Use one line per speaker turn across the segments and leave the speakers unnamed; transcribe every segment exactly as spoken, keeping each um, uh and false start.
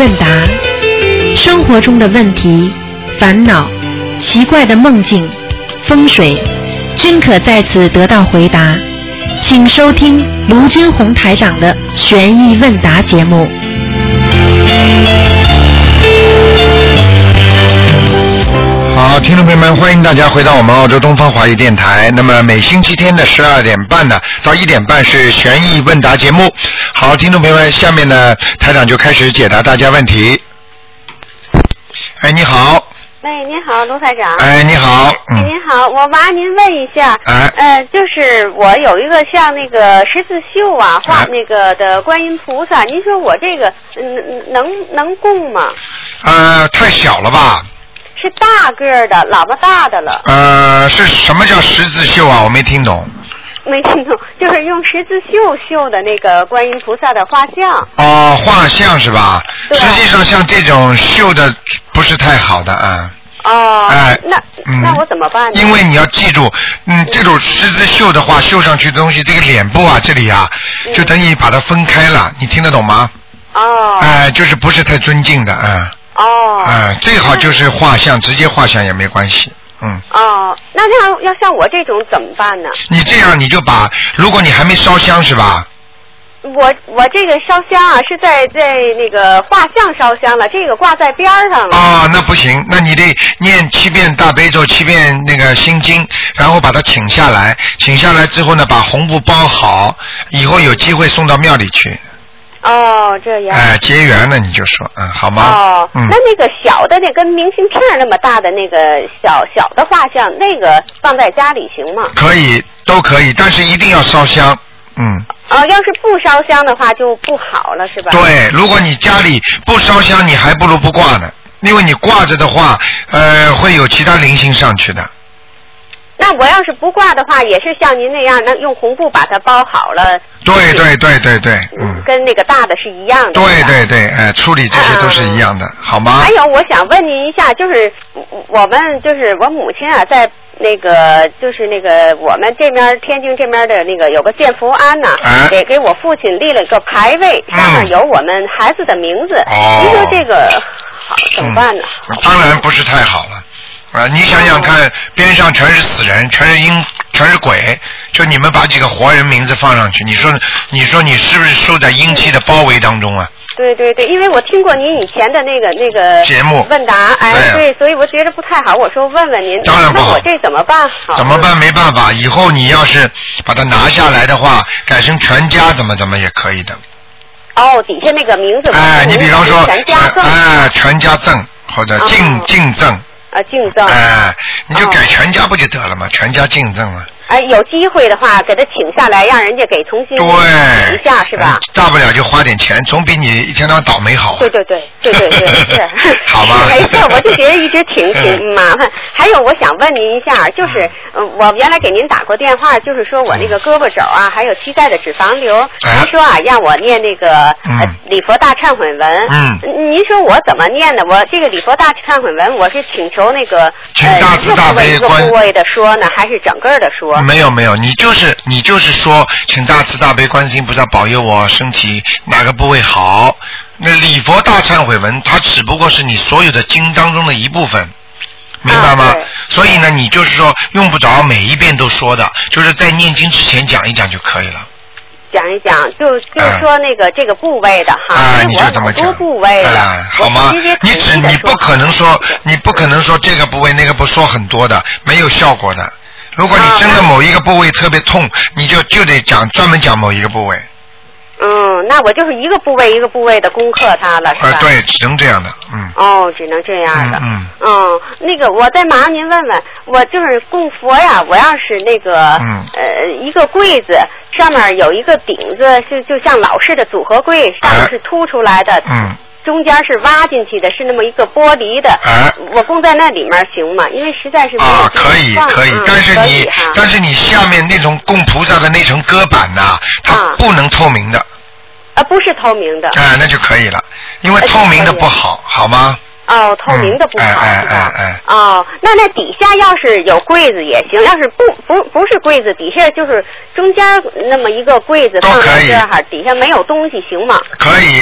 问答，生活中的问题、烦恼、奇怪的梦境、风水，均可在此得到回答。请收听卢军红台长的悬疑问答节目。
好，听众朋友们，欢迎大家回到我们澳洲东方华语电台。那么每星期天的十二点半呢到一点半是悬疑问答节目。好，听众朋友们，下面呢台长就开始解答大家问题。哎，你好。
哎，您好，卢台长。
哎，你好。嗯。
哎，您好，我麻您问一下。
哎。
呃，就是我有一个像那个十字绣啊，画那个的观音菩萨，您说我这个嗯能能供吗？
呃，太小了吧。
是大个的，老么大的了。
呃，是什么叫十字绣啊？我没听懂。
没听懂，就是用十字绣绣的那个观音菩萨的画像。
哦，画像是吧？实际上像这种绣的不是太好的啊。
哦。
哎。
那、嗯、那我怎么办呢？
因为你要记住，嗯，这种十字绣的话，绣上去的东西，这个脸部啊，这里啊，嗯、就等于把它分开了，你听得懂吗？
哦。
哎，就是不是太尊敬的啊。
哦。
哎，最好就是画像，直接画像也没关系。嗯。
哦，那这样要像我这种怎么办呢？
你这样你就把，如果你还没烧香是吧？
我我这个烧香啊是在在那个画像烧香了，这个挂在边上了。
啊、哦，那不行，那你得念七遍大悲咒，七遍那个心经，然后把它请下来，请下来之后呢，把红布包好，以后有机会送到庙里去。
哦，这样。
哎，结缘了你就说，嗯，好吗？
哦，
嗯。
那那个小的那跟明信片那么大的那个小小的画像，那个放在家里行吗？
可以，都可以，但是一定要烧香，嗯。
哦，要是不烧香的话就不好了，是吧？
对，如果你家里不烧香，你还不如不挂呢，因为你挂着的话，呃，会有其他灵性上去的。
那我要是不挂的话，也是像您那样，能用红布把它包好了。
对对对对对，嗯。
跟那个大的是一样的。
对对对，哎、呃，处理这些都是一样的，嗯、好吗？
还有，我想问您一下，就是我们就是我母亲啊，在那个就是那个我们这边天津这边的那个有个建福庵呐、啊，给、哎、给我父亲立了个牌位，上面有我们孩子的名字。哦。您说这个好怎么办呢？
嗯、当然不是太好了。啊，你想想看，边上全是死人，全是阴，全是鬼，就你们把几个活人名字放上去，你说，你说你是不是受在阴气的包围当中啊？
对对对，因为我听过您以前的那个那个
节目
问答，哎，对, 对，所以我觉得不太好，我说问问您，
当然不好，
那我这怎么办？
怎么办？没办法，以后你要是把它拿下来的话，改成全家怎么怎么也可以的。
哦，底下那个名字。
哎，你比方说，
全家赠，
哎，全家赠或者敬敬赠。
啊，敬赠。
哎，你就改全家不就得了吗？哦、全家敬赠了。
哎，有机会的话，给他请下来，让人家给重新
对
一下，是吧？
大不了就花点钱，总比你一天到晚倒霉好、啊。
对对对对对对，是。
好吧。
没事，我就觉得一直挺挺麻烦。还有，我想问您一下，就是、嗯、我原来给您打过电话，就是说我那个胳膊肘啊，还有膝盖的脂肪瘤，
哎、
您说啊，让我念那个、
嗯
呃、礼佛大忏悔文。
嗯。
您说我怎么念呢？我这个礼佛大忏悔文，我是请求那个
请大慈大悲观
一个部位的说呢，还是整个的说？
没有没有，你就是你就是说，请大慈大悲观世音菩萨保佑我身体哪个部位好。那礼佛大忏悔文，它只不过是你所有的经当中的一部分，明白吗？
啊、
所以呢，你就是说用不着每一遍都说的，就是在念经之前讲一讲就可以了。
讲一讲，就就说那个、嗯、这个部位的哈，
啊，你就这么讲，
多部位的、
啊，好吗？你只你不可能说，你不可能说这个部位那个不说很多的，没有效果的。如果你真的某一个部位特别痛，你就就得讲专门讲某一个部位。
嗯，那我就是一个部位一个部位的攻克它了，是吧？
啊，对，只能这样的，嗯。
哦，只能这样的。
嗯
嗯。嗯，那个我再麻烦您问问，我就是供佛呀，我要是那个，
嗯，
呃，一个柜子上面有一个顶子，是就像老式的组合柜，上面是凸出来的。
嗯。
中间是挖进去的，是那么一个玻璃的。
哎，
我供在那里面行吗？因为实在是没有
啊，可以可以，
嗯、
但是你但是你下面那种供菩萨的那层搁板呐、啊，它不能透明的。
啊，不是透明的。
啊，那就可以了，因为透明的不好，好吗？
哦，透明的不好，
嗯、哎
是吧？
哎哎
哦，那那底下要是有柜子也行，要是不不不是柜子，底下就是中间那么一个柜子放在这儿，底下没有东西行吗？
可以。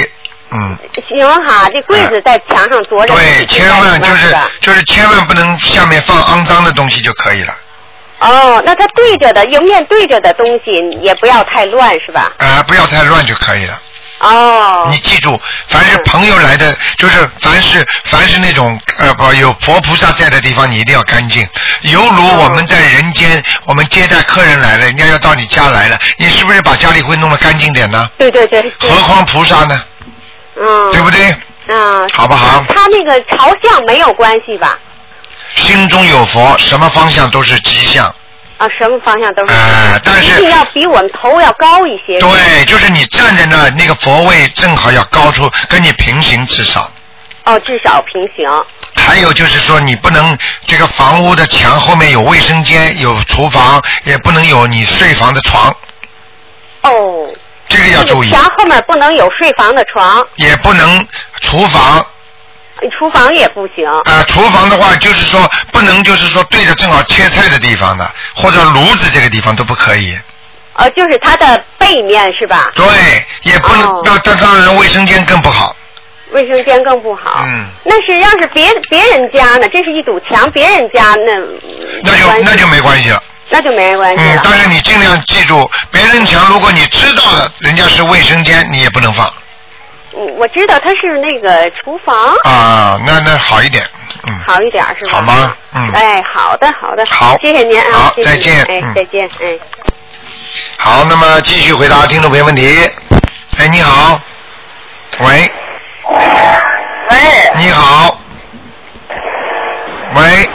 嗯。
行哈，这柜子在墙上左着。
对，千万就是就是千万不能下面放肮脏的东西就可以了。
哦，那它对着的，迎面对着的东西也不要太乱，是吧？
啊、呃，不要太乱就可以了。
哦。
你记住，凡是朋友来的，嗯、就是凡是凡是那种呃不有佛菩萨在的地方，你一定要干净。犹如我们在人间，哦、我们接待客人来了，人家要到你家来了，你是不是把家里会弄得干净点呢？
对对对。
何况菩萨呢？
嗯。
对不对？
嗯。
好不好？
他那个朝向没有关系吧？
心中有佛，什么方向都是吉祥。
啊，什么方向都是。
哎、呃，但是
一定要比我们头要高一些。
对，就是你站在那，那个佛位正好要高出，跟你平行至少。
哦，至少平行。
还有就是说，你不能这个房屋的墙后面有卫生间、有厨房，也不能有你睡房的床。
哦。
这个要注意。
墙后面不能有睡房的床。
也不能厨房。
厨房也不行。啊、
呃，厨房的话就是说不能，就是说对着正好切菜的地方的，或者炉子这个地方都不可以。
呃，就是它的背面是吧？
对，也不能。那这当然卫生间更不好。
卫生间更不好。
嗯。
那是要是别别人家呢？这是一堵墙，别人家那。
那就那就没关系了。
那就没关系了。
嗯，但是你尽量记住，别人墙如果你知道了人家是卫生间，你也不能放。
嗯，我知道它是那个厨房。
啊，那那好一点，嗯。
好一点是吧？
好吗？嗯。
哎，好的，好的。
好。
谢谢您啊。
好，
谢谢
再见。
哎，
嗯、
再见，哎。
好，那么继续回答听众朋友问题。哎，你好。喂。
喂。
你好。喂。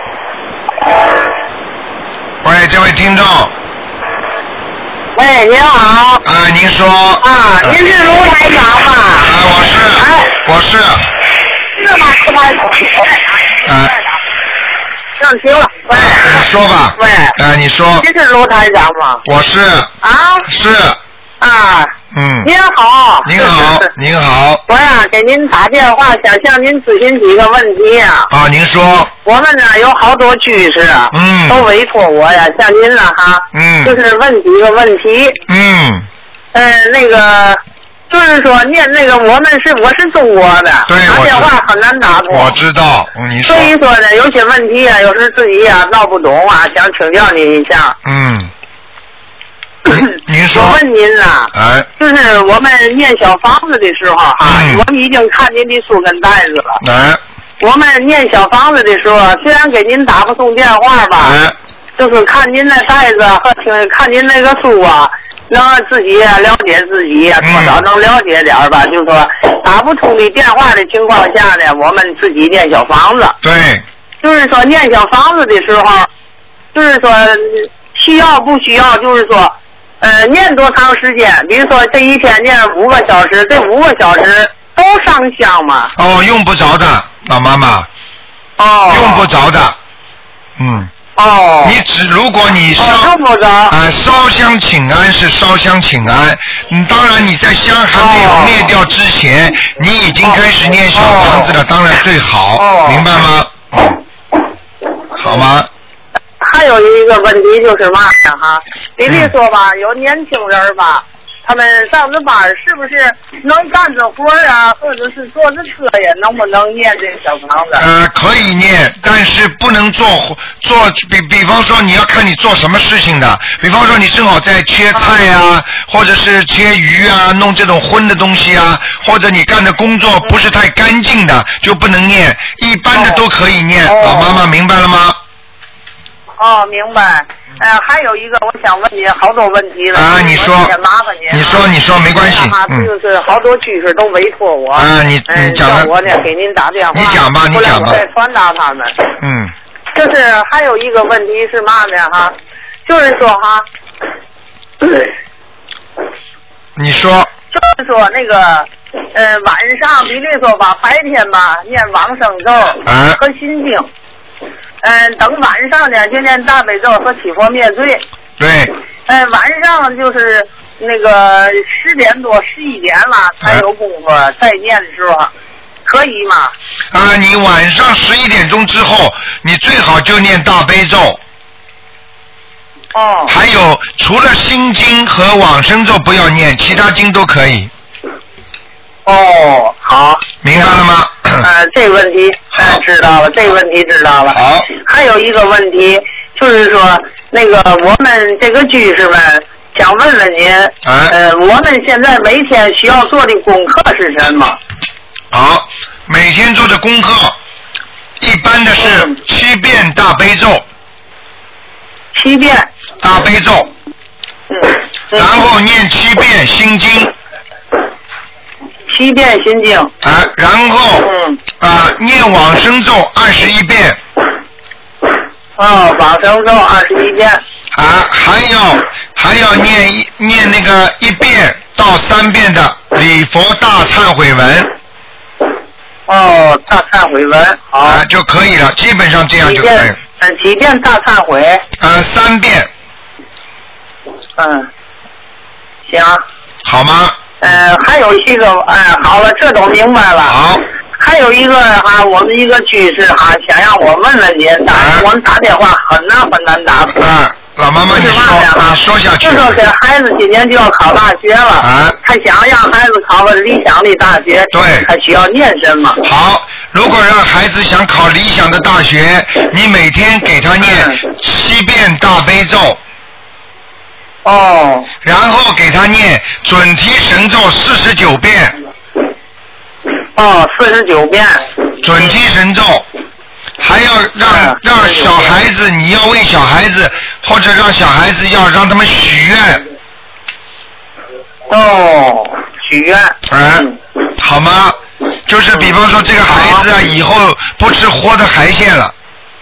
喂，这位听众。
喂，您好。
啊，您说。
啊，您是卢台长吗？
啊，我是。
哎，
我是。
是吗？卢台长。
啊。
上行了。喂。
你说吧。
喂。
啊，你说。
您是卢台长吗？
我是。
啊。
是。
啊。
嗯。
您好。
您好。您好。
我呀，给您打电话，想向您咨询几个问题呀。
啊，您说。
我们呢有好多居士，
嗯，
都委托我呀，向您了哈，
嗯，
就是问几个问题，
嗯，
呃，那个就是说念那个我们是我是中国的，
对，
打电话很难打通，
我知道，嗯，你说，
所以说呢，有些问题啊，有时自己呀闹不懂啊，想请教您一下。
嗯，您说。
我问您呐，
哎，
就是我们念小房子的时候哈，
嗯、
我们已经看您的书跟袋子了。
哎。
我们念小房子的时候，虽然给您打不通电话吧，
哎、
就是看您的袋子和听看您那个书啊，能自己了解自己，多少能了解点吧。嗯、就是说打不通的电话的情况下呢，我们自己念小房子。
对。
就是说念小房子的时候，就是说需要不需要，就是说呃念多长时间？比如说这一天念五个小时，这五个小时都上香吗？
哦，用不着的。老妈妈，
哦，
用不着的，嗯，
哦，
你只如果你烧，
哦、用不着啊、
呃，烧香请安是烧香请安，嗯，当然你在香还没有灭掉之前，哦、你已经开始念小房子了，哦、当然最好，哦、明白吗？嗯，好吗？
还有一个问题就是嘛呀哈，比如说吧，嗯、有年轻人吧。他们上着班是不是能干着活啊，或者是坐着车呀？能不能念这小房子？
呃，可以念，但是不能做做比比方说你要看你做什么事情的。比方说你正好在切菜啊，啊或者是切鱼啊，弄这种荤的东西啊，或者你干的工作不是太干净的，就不能念。一般的都可以念，哦、老妈妈明白了吗？
哦，明白。呃，还有一个，我想问你好多问题了。
啊，你说。
也麻烦你。
你说，你说，没关系。
嗯。就是好多居士都委托我。
啊，你你讲
让我呢给您打电话。
你讲吧，你讲吧。
我再传达他们。
嗯。
就是还有一个问题是嘛呢哈？就是说哈。
你说。
就是说那个呃晚上，比如说吧，白天吧念往生咒
啊
和心经。嗯，等晚上呢就念大悲咒和祈佛灭罪。
对。
嗯，晚上就是那个十点多十一点了才有功夫再念的时候，可以吗？
啊，你晚上十一点钟之后，你最好就念大悲咒。
哦。
还有，除了心经和往生咒不要念，其他经都可以。
哦，好，
明白了吗？
呃，这个问题呃知道了，这个问题知道了。
好，
还有一个问题就是说，那个我们这个居士们想问问您，
哎、
呃，我们现在每天需要做的功课是什么？
好，每天做的功课，一般的是七遍大悲咒。
七遍。
大悲咒。
嗯。
然后念七遍心经。
七遍心经。
啊，然后
嗯
啊念往生咒二十一遍。
哦，往生咒二十一遍。
啊，还要还要念一念那个一遍到三遍的礼佛大忏悔文。
哦，大忏悔文，好。
啊，就可以了，基本上这样就可以。
嗯，几遍大忏悔？
呃，三遍。
嗯，行。
好吗？
呃，还有一个，哎、呃，好了，这都明白了。
好。
还有一个哈，我们一个居士哈，想让我问问您，但是我们打电话很难很难打通。
啊，老妈妈你说，你说下去。
就说给孩子今年就要考大学了，
啊，
他想让孩子考个理想的大学，
对，
他需要念什么？
好，如果让孩子想考理想的大学，你每天给他念七遍大悲咒。
哦。
然后给他念准提神咒四十九遍。
哦，四十九遍。
准提神咒，还要让、嗯、让小孩子，你要为小孩子，或者让小孩子要让他们许愿。
哦，许愿。
嗯，好吗？就是比方说这个孩子啊，以后不吃活的海鲜了。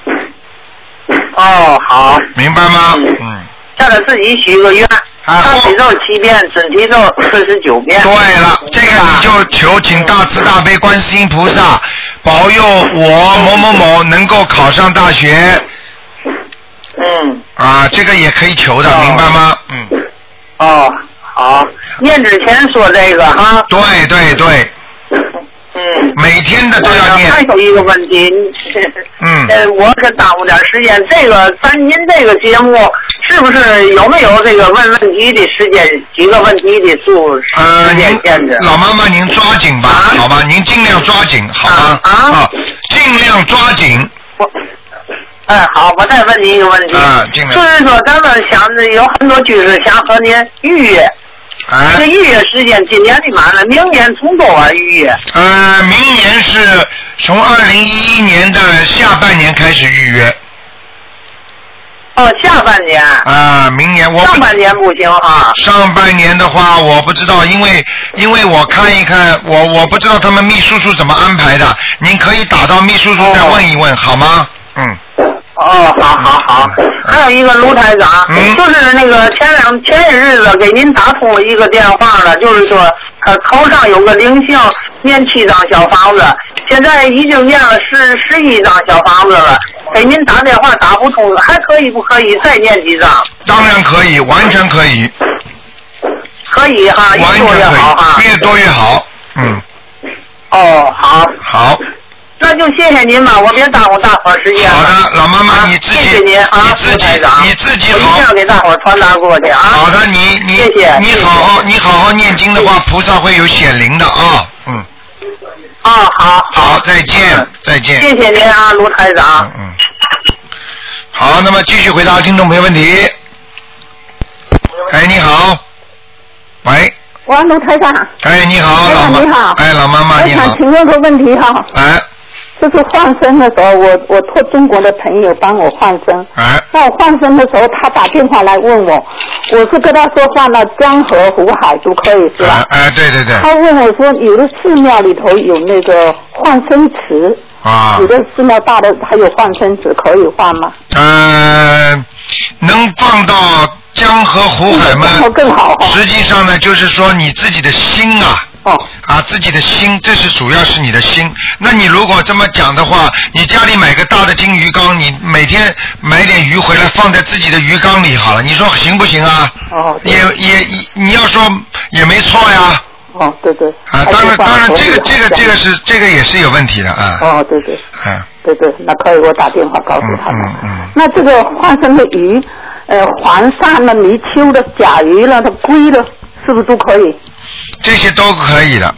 哦，好。
明白吗？嗯。
叫他自己许个愿。
啊，
大悲咒七遍，准提咒四十九遍。
对了，这个你就求请大慈大悲观世音菩萨保佑我某某某能够考上大学。
嗯。
啊，这个也可以求的，哦、明白吗？嗯。
哦，好，念之前说这个哈。
对对对。
嗯。
每天的都要念。
还有一个问题。
嗯。
呃，我可耽误点时间。这个咱您这个节目是不是有没有这个问问题的时间？几个问题的数时间限制？
呃，老妈妈您抓紧吧，啊、好吧，您尽量抓紧，好吗？
啊。啊
尽量抓紧。
我。哎，好，我再问您一个问题。
啊，尽量。
就是说，咱们想着有很多居士想和您预约。
啊、
这预约时间今年的满了，明年从多少预约？
呃，明年是从二零一一年的下半年开始预约。
哦，下半年。
啊，明年我。
上半年不行哈。
上半年的话，我不知道，因为因为我看一看，我我不知道他们秘书处怎么安排的，您可以打到秘书处再问一问，哦、好吗？嗯。
哦，好好好，还有一个卢台长，
嗯、
就是那个前两前些日子给您打通了一个电话了，就是说呃头上有个灵性，念七张小房子，现在已经念了十十一张小房子了，给您打电话打不通，还可以不可以再念几张？
当然可以，完全可以。
可以哈，
越多越好哈，越多越好，嗯。
哦，好。
好。
那就谢谢您吧，我别耽误大伙儿时间了。
好的，老妈妈，
啊、
你自己，
谢谢您啊，
你自己，你自己好。
我一定要给大伙儿传达过去啊。
好的，你你
谢谢
你好好你好好念经的话，菩萨会有显灵的啊，嗯。
哦，好。
好，再见，嗯、再见。
谢谢您啊，卢台长。
嗯嗯。好，那么继续回答听众朋友问题。哎，你好。喂。
喂，卢台长。
哎，你好，老妈。
你好。
哎，老妈妈你好。
我想请问个问题哈。
哎。
就是换生的时候，我我托中国的朋友帮我换生。
哎。
那我换生的时候，他打电话来问我，我是跟他说换了江河湖海都可以是吧？
哎哎，对对对。
他问我说，有的寺庙里头有那个换生池。
啊。
有的寺庙大的还有换生池，可以换吗？
呃，能放到江河湖海吗？
更好。
实际上呢，就是说你自己的心啊。
哦。
啊，自己的心，这是主要是你的心。那你如果这么讲的话，你家里买个大的金鱼缸，你每天买点鱼回来放在自己的鱼缸里好了，你说行不行啊？
哦。
也也你要说也没错呀。
哦，对对。
啊，当然当然，这个这个这个是这个也是有问题的啊。
哦，对对。
嗯。
对对，那可以，我打电话告诉他们。
嗯嗯。
那这个换生的鱼，呃，黄鳝了、泥鳅的、甲鱼了、它龟了，是不是都可以？
这些都可以的。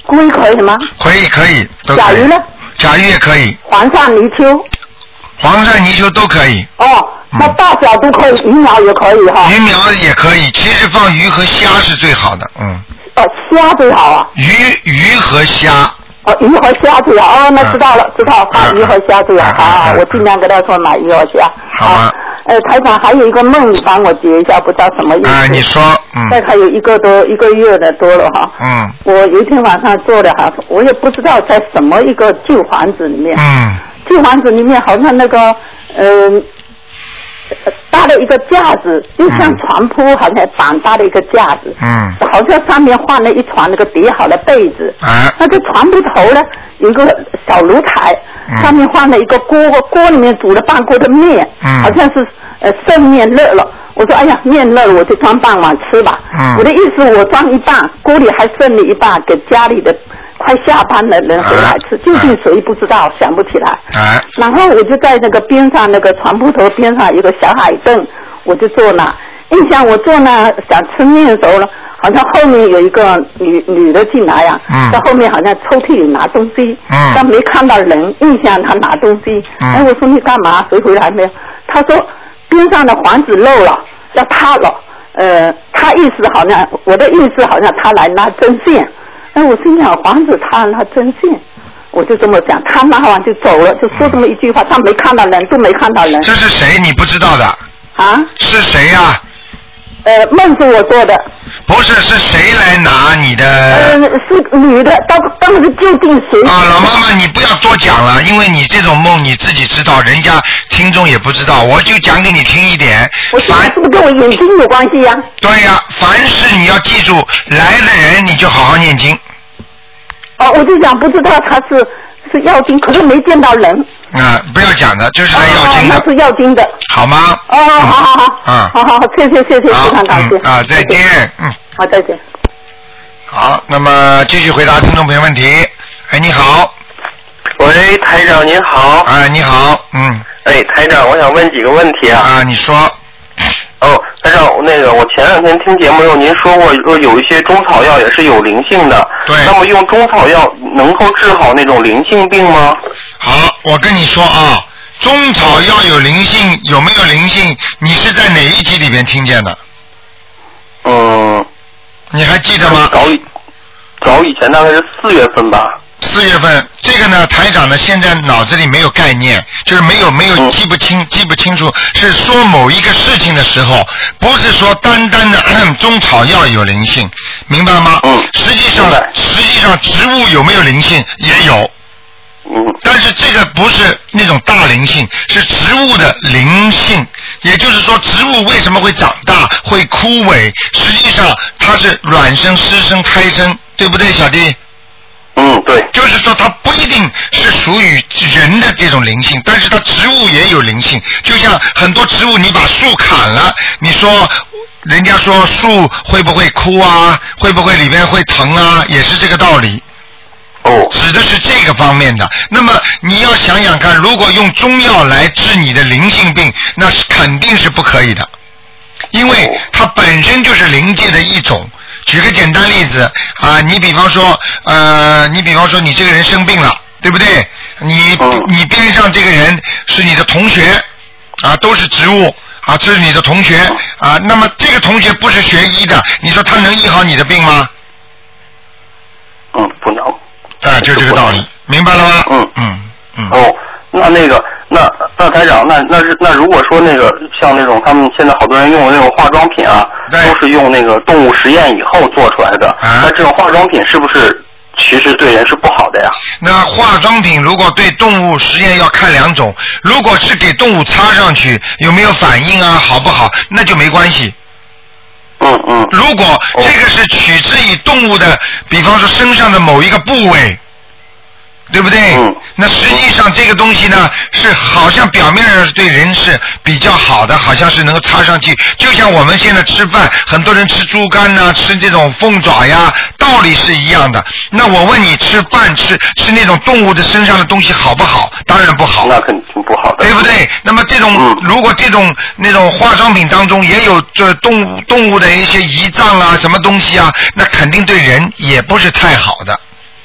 龟可以吗？
可以可以，都可以。
甲鱼呢？
甲鱼也可以。
黄鳝泥鳅。
黄鳝泥鳅都可以。
哦，那大小都可以，鱼苗也可以哈。
鱼苗也可以，其实放鱼和虾是最好的，嗯。
哦，虾最好啊。
鱼鱼和虾。
哦，鱼和虾最好哦，那知道了，嗯、知道放鱼和虾最好，好、嗯，我尽量跟他说买鱼和虾。
好吗？
呃，台长还有一个梦，你帮我解一下，不知道什么意思。
啊，你说，嗯。
大概有一个多一个月的多了哈。
嗯。
我有一天晚上做的哈，我也不知道在什么一个旧房子里面。
嗯。
旧房子里面好像那个嗯。呃搭了一个架子，就像床铺，好像板搭了一个架子，
嗯，
好像上面换了一床那个叠好的被子，
啊，
那个床铺头呢有一个小炉台，嗯、上面放了一个锅，锅里面煮了半锅的面，嗯，好像是呃剩面热了，我说哎呀面热了，我就装半碗吃吧，嗯，我的意思我装一半，锅里还剩了一半给家里的快下班的人回来吃，究竟谁不知道，想不起来。
啊、
然后我就在那个边上那个床铺头边上有个小海凳，我就坐那。印象我坐那想吃面的时候呢，好像后面有一个女女的进来呀、啊，在、嗯、后面好像抽屉里拿东西，嗯、但没看到人，印象她拿东西。嗯、哎，我说你干嘛？谁回来没有？她说边上的房子漏了，要塌了。呃，她意思好像我的意思好像她来拿针线。哎，我心想房子塌了针线，我就这么讲，他拿完就走了，就说这么一句话，他没看到人，都没看到人。
这是谁？你不知道的？
啊？
是谁呀、啊？
呃，梦是我做的。
不是，是谁来拿你的？
呃，是女的，当当时就定谁。
啊，老妈妈，你不要多讲了，因为你这种梦你自己知道，人家听众也不知道，我就讲给你听一点。
我想是不是跟我眼睛有关系呀、啊？
对呀、啊，凡是你要记住，来的人你就好好念经。
哦，我就想不知道他是是要经，可是没见到人。
啊、嗯，不要讲的，就是来要经的。
哦，那是要经的。
好吗？
哦，嗯、好好好。
嗯。
好好好，谢谢谢谢，非常感谢。
啊，再见。嗯。
好，再见。
好，那么继续回答听众朋友问题。哎，你好。
喂，台长您好。
哎，你好，嗯。
哎，台长，我想问几个问题啊。
啊，你说。
哦，台长，那个我前两天听节目时候您说过，说有一些中草药也是有灵性的。
对。
那么用中草药能够治好那种灵性病吗？
好，我跟你说啊，中草药有灵性，有没有灵性？你是在哪一集里边听见的？
嗯。
你还记得吗？
早以早以前大概是四月份吧。
四月份，这个呢，台长呢现在脑子里没有概念，就是没有没有记不清、嗯、记不清楚，是说某一个事情的时候，不是说单单的中草药有灵性，明白吗？
嗯。
实际上，实际上植物有没有灵性也有。
嗯。
但是这个不是那种大灵性，是植物的灵性，也就是说，植物为什么会长大、会枯萎？实际上它是卵生、湿生、胎生，对不对，小弟？
嗯，对。
就是说，它不一定是属于人的这种灵性，但是它植物也有灵性。就像很多植物，你把树砍了，你说，人家说树会不会枯啊？会不会里面会疼啊？也是这个道理。
哦。
指的是这个方面的。那么你要想想看，如果用中药来治你的灵性病，那是肯定是不可以的，因为它本身就是灵界的一种。举个简单例子啊，你比方说，呃，你比方说你这个人生病了，对不对？你你边上这个人是你的同学啊，都是植物啊，这是你的同学啊。那么这个同学不是学医的，你说他能医好你的病吗？
嗯，不能。
啊，就这个道理，明白了吗？
嗯
嗯嗯。
哦，那那个，那那台长，那那是那如果说那个像那种他们现在好多人用的那种化妆品啊，都是用那个动物实验以后做出来的，啊、那这种化妆品是不是其实对人是不好的呀？
那化妆品如果对动物实验要看两种，如果是给动物擦上去有没有反应啊，好不好，那就没关系。
嗯嗯。
如果这个是取自于动物的，比方说身上的某一个部位。对不对？
嗯。
那实际上这个东西呢，是好像表面上是对人是比较好的，好像是能够插上去。就像我们现在吃饭，很多人吃猪肝呐、啊，吃这种凤爪呀，道理是一样的。那我问你，吃饭吃吃那种动物的身上的东西好不好？当然不好。
那肯定不好的。
对不对？那么这种、嗯、如果这种那种化妆品当中也有这动物动物的一些胰脏啊，什么东西啊，那肯定对人也不是太好的。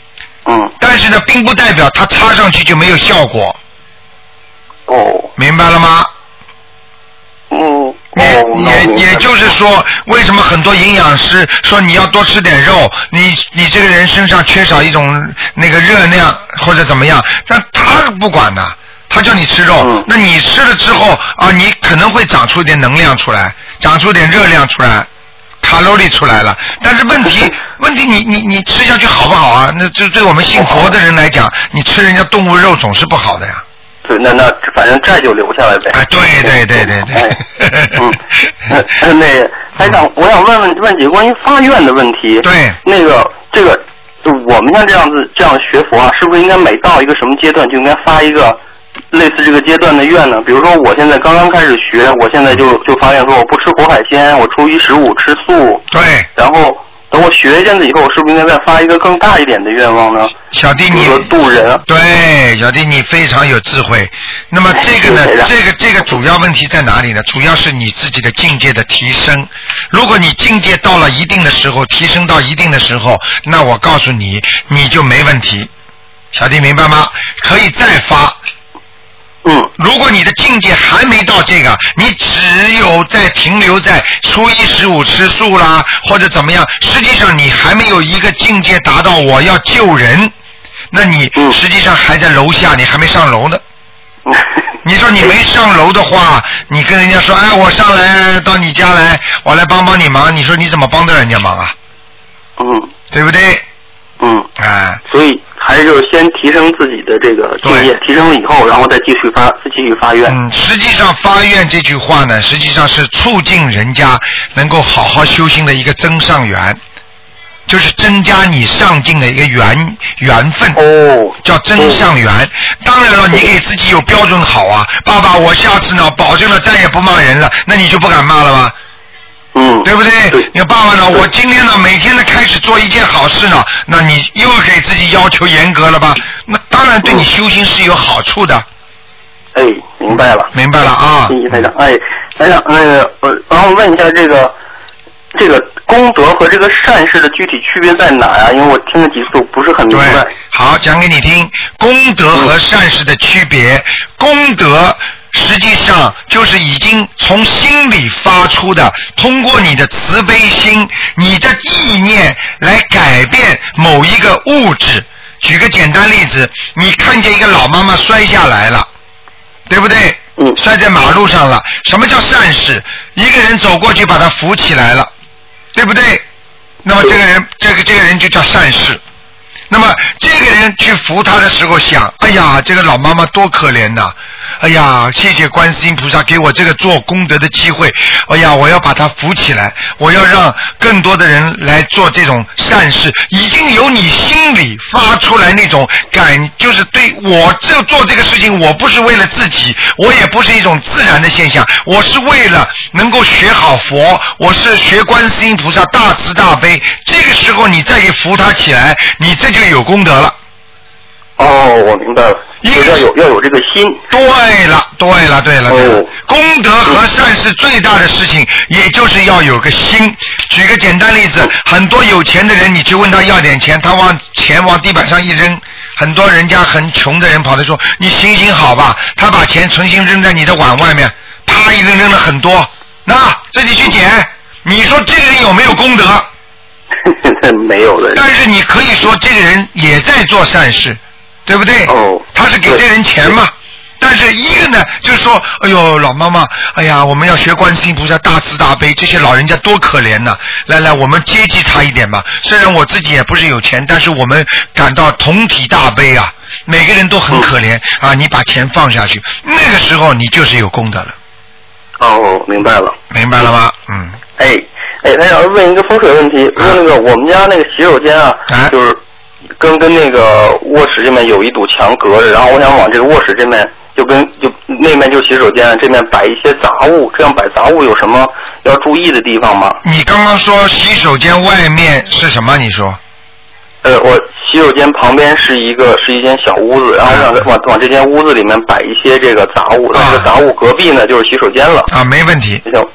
嗯。
但是呢，并不代表它擦上去就没有效果。
哦。
明白了吗？
嗯。
也也也就是说，为什么很多营养师说你要多吃点肉，你你这个人身上缺少一种那个热量或者怎么样，但他不管的，他叫你吃肉，
嗯、
那你吃了之后啊，你可能会长出一点能量出来，长出点热量出来，卡路里出来了。但是问题问题你你你吃下去好不好啊？那就对我们信佛的人来讲，你吃人家动物肉总是不好的呀。
对，那那反正债就留下来呗。
哎，对对对对对。
哎、嗯，那那台长，我想问问问几个关于发愿的问题。
对。
那个这个，就我们像这样子这样学佛啊，是不是应该每到一个什么阶段就应该发一个类似这个阶段的愿呢？比如说我现在刚刚开始学，我现在就就发愿说我不吃活海鲜，我初一十五吃素。
对。
然后。等我学一阵子以后，是不是应该再发一个更大一点的愿望呢？
小弟你
渡人。
对，小弟你非常有智慧。那么这个呢，这个这个主要问题在哪里呢？主要是你自己的境界的提升。如果你境界到了一定的时候，提升到一定的时候，那我告诉你，你就没问题。小弟明白吗？可以再发。
嗯，
如果你的境界还没到这个，你只有在停留在初一十五吃素啦，或者怎么样，实际上你还没有一个境界达到我要救人，那你实际上还在楼下，你还没上楼呢。你说你没上楼的话，你跟人家说，哎，我上来到你家来，我来帮帮你忙，你说你怎么帮得人家忙啊？
嗯，
对不对？
嗯，
哎，
所以还是就是先提升自己的这个境界，提升了以后，然后再继续发，再继续发愿。
嗯，实际上发愿这句话呢，实际上是促进人家能够好好修心的一个增上缘，就是增加你上进的一个缘缘分。
哦，
叫增上缘。哦、当然了，你给自己有标准好啊，爸爸，我下次呢，保证了再也不骂人了，那你就不敢骂了吗？
嗯，
对不对？
对。
你爸爸呢？我今天呢，每天呢开始做一件好事呢，那你又给自己要求严格了吧？那当然对你修心是有好处的。
哎，明白了，
明白了啊！
谢谢台长。哎，台长，那个，呃，然后问一下这个，这个功德和这个善事的具体区别在哪呀？因为我听了几次，我不是很明白。
好，讲给你听，功德和善事的区别，嗯、功德。实际上就是已经从心里发出的，通过你的慈悲心、你的意念来改变某一个物质。举个简单例子，你看见一个老妈妈摔下来了，对不对？
嗯。
摔在马路上了。什么叫善事？一个人走过去把她扶起来了，对不对？那么这个人，这个这个人就叫善事。那么这个人去扶她的时候想，哎呀，这个老妈妈多可怜呐！哎呀，谢谢观世音菩萨给我这个做功德的机会。哎呀，我要把它扶起来，我要让更多的人来做这种善事。已经由你心里发出来那种感，就是对我这做这个事情，我不是为了自己，我也不是一种自然的现象，我是为了能够学好佛，我是学观世音菩萨大慈大悲。这个时候你再一扶他起来，你这就有功德了。
哦，我明白了。一个要有要有这个心。
对了，对了，对了，对了。哦、功德和善事最大的事情，也就是要有个心。举个简单例子，嗯、很多有钱的人，你去问他要点钱，他往钱往地板上一扔，很多人家很穷的人跑来说：“你行行好吧。”他把钱存心扔在你的碗外面，啪一扔扔了很多，那自己去捡。你说这个人有没有功德？
没有的。
但是你可以说这个人也在做善事。对不对？
哦，
他是给这人钱嘛。但是一个呢，就是说，哎呦，老妈妈，哎呀，我们要学观世音菩萨大慈大悲，这些老人家多可怜呐、啊！来来，我们接济他一点吧。虽然我自己也不是有钱，但是我们感到同体大悲啊，每个人都很可怜、嗯、啊。你把钱放下去，那个时候你就是有功德了。
哦，明白了，
明白了吗？嗯。
哎哎，那想问一个风水问题，说、啊、那个我们家那个洗手间啊，啊就是。跟跟那个卧室这面有一堵墙隔着，然后我想往这个卧室这面就跟就那面就洗手间这面摆一些杂物，这样摆杂物有什么要注意的地方吗？
你刚刚说洗手间外面是什么？你说？
呃，我洗手间旁边是一个是一间小屋子，然后往往往这间屋子里面摆一些这个杂物，啊、这个杂物隔壁呢就是洗手间了。
啊，没问题。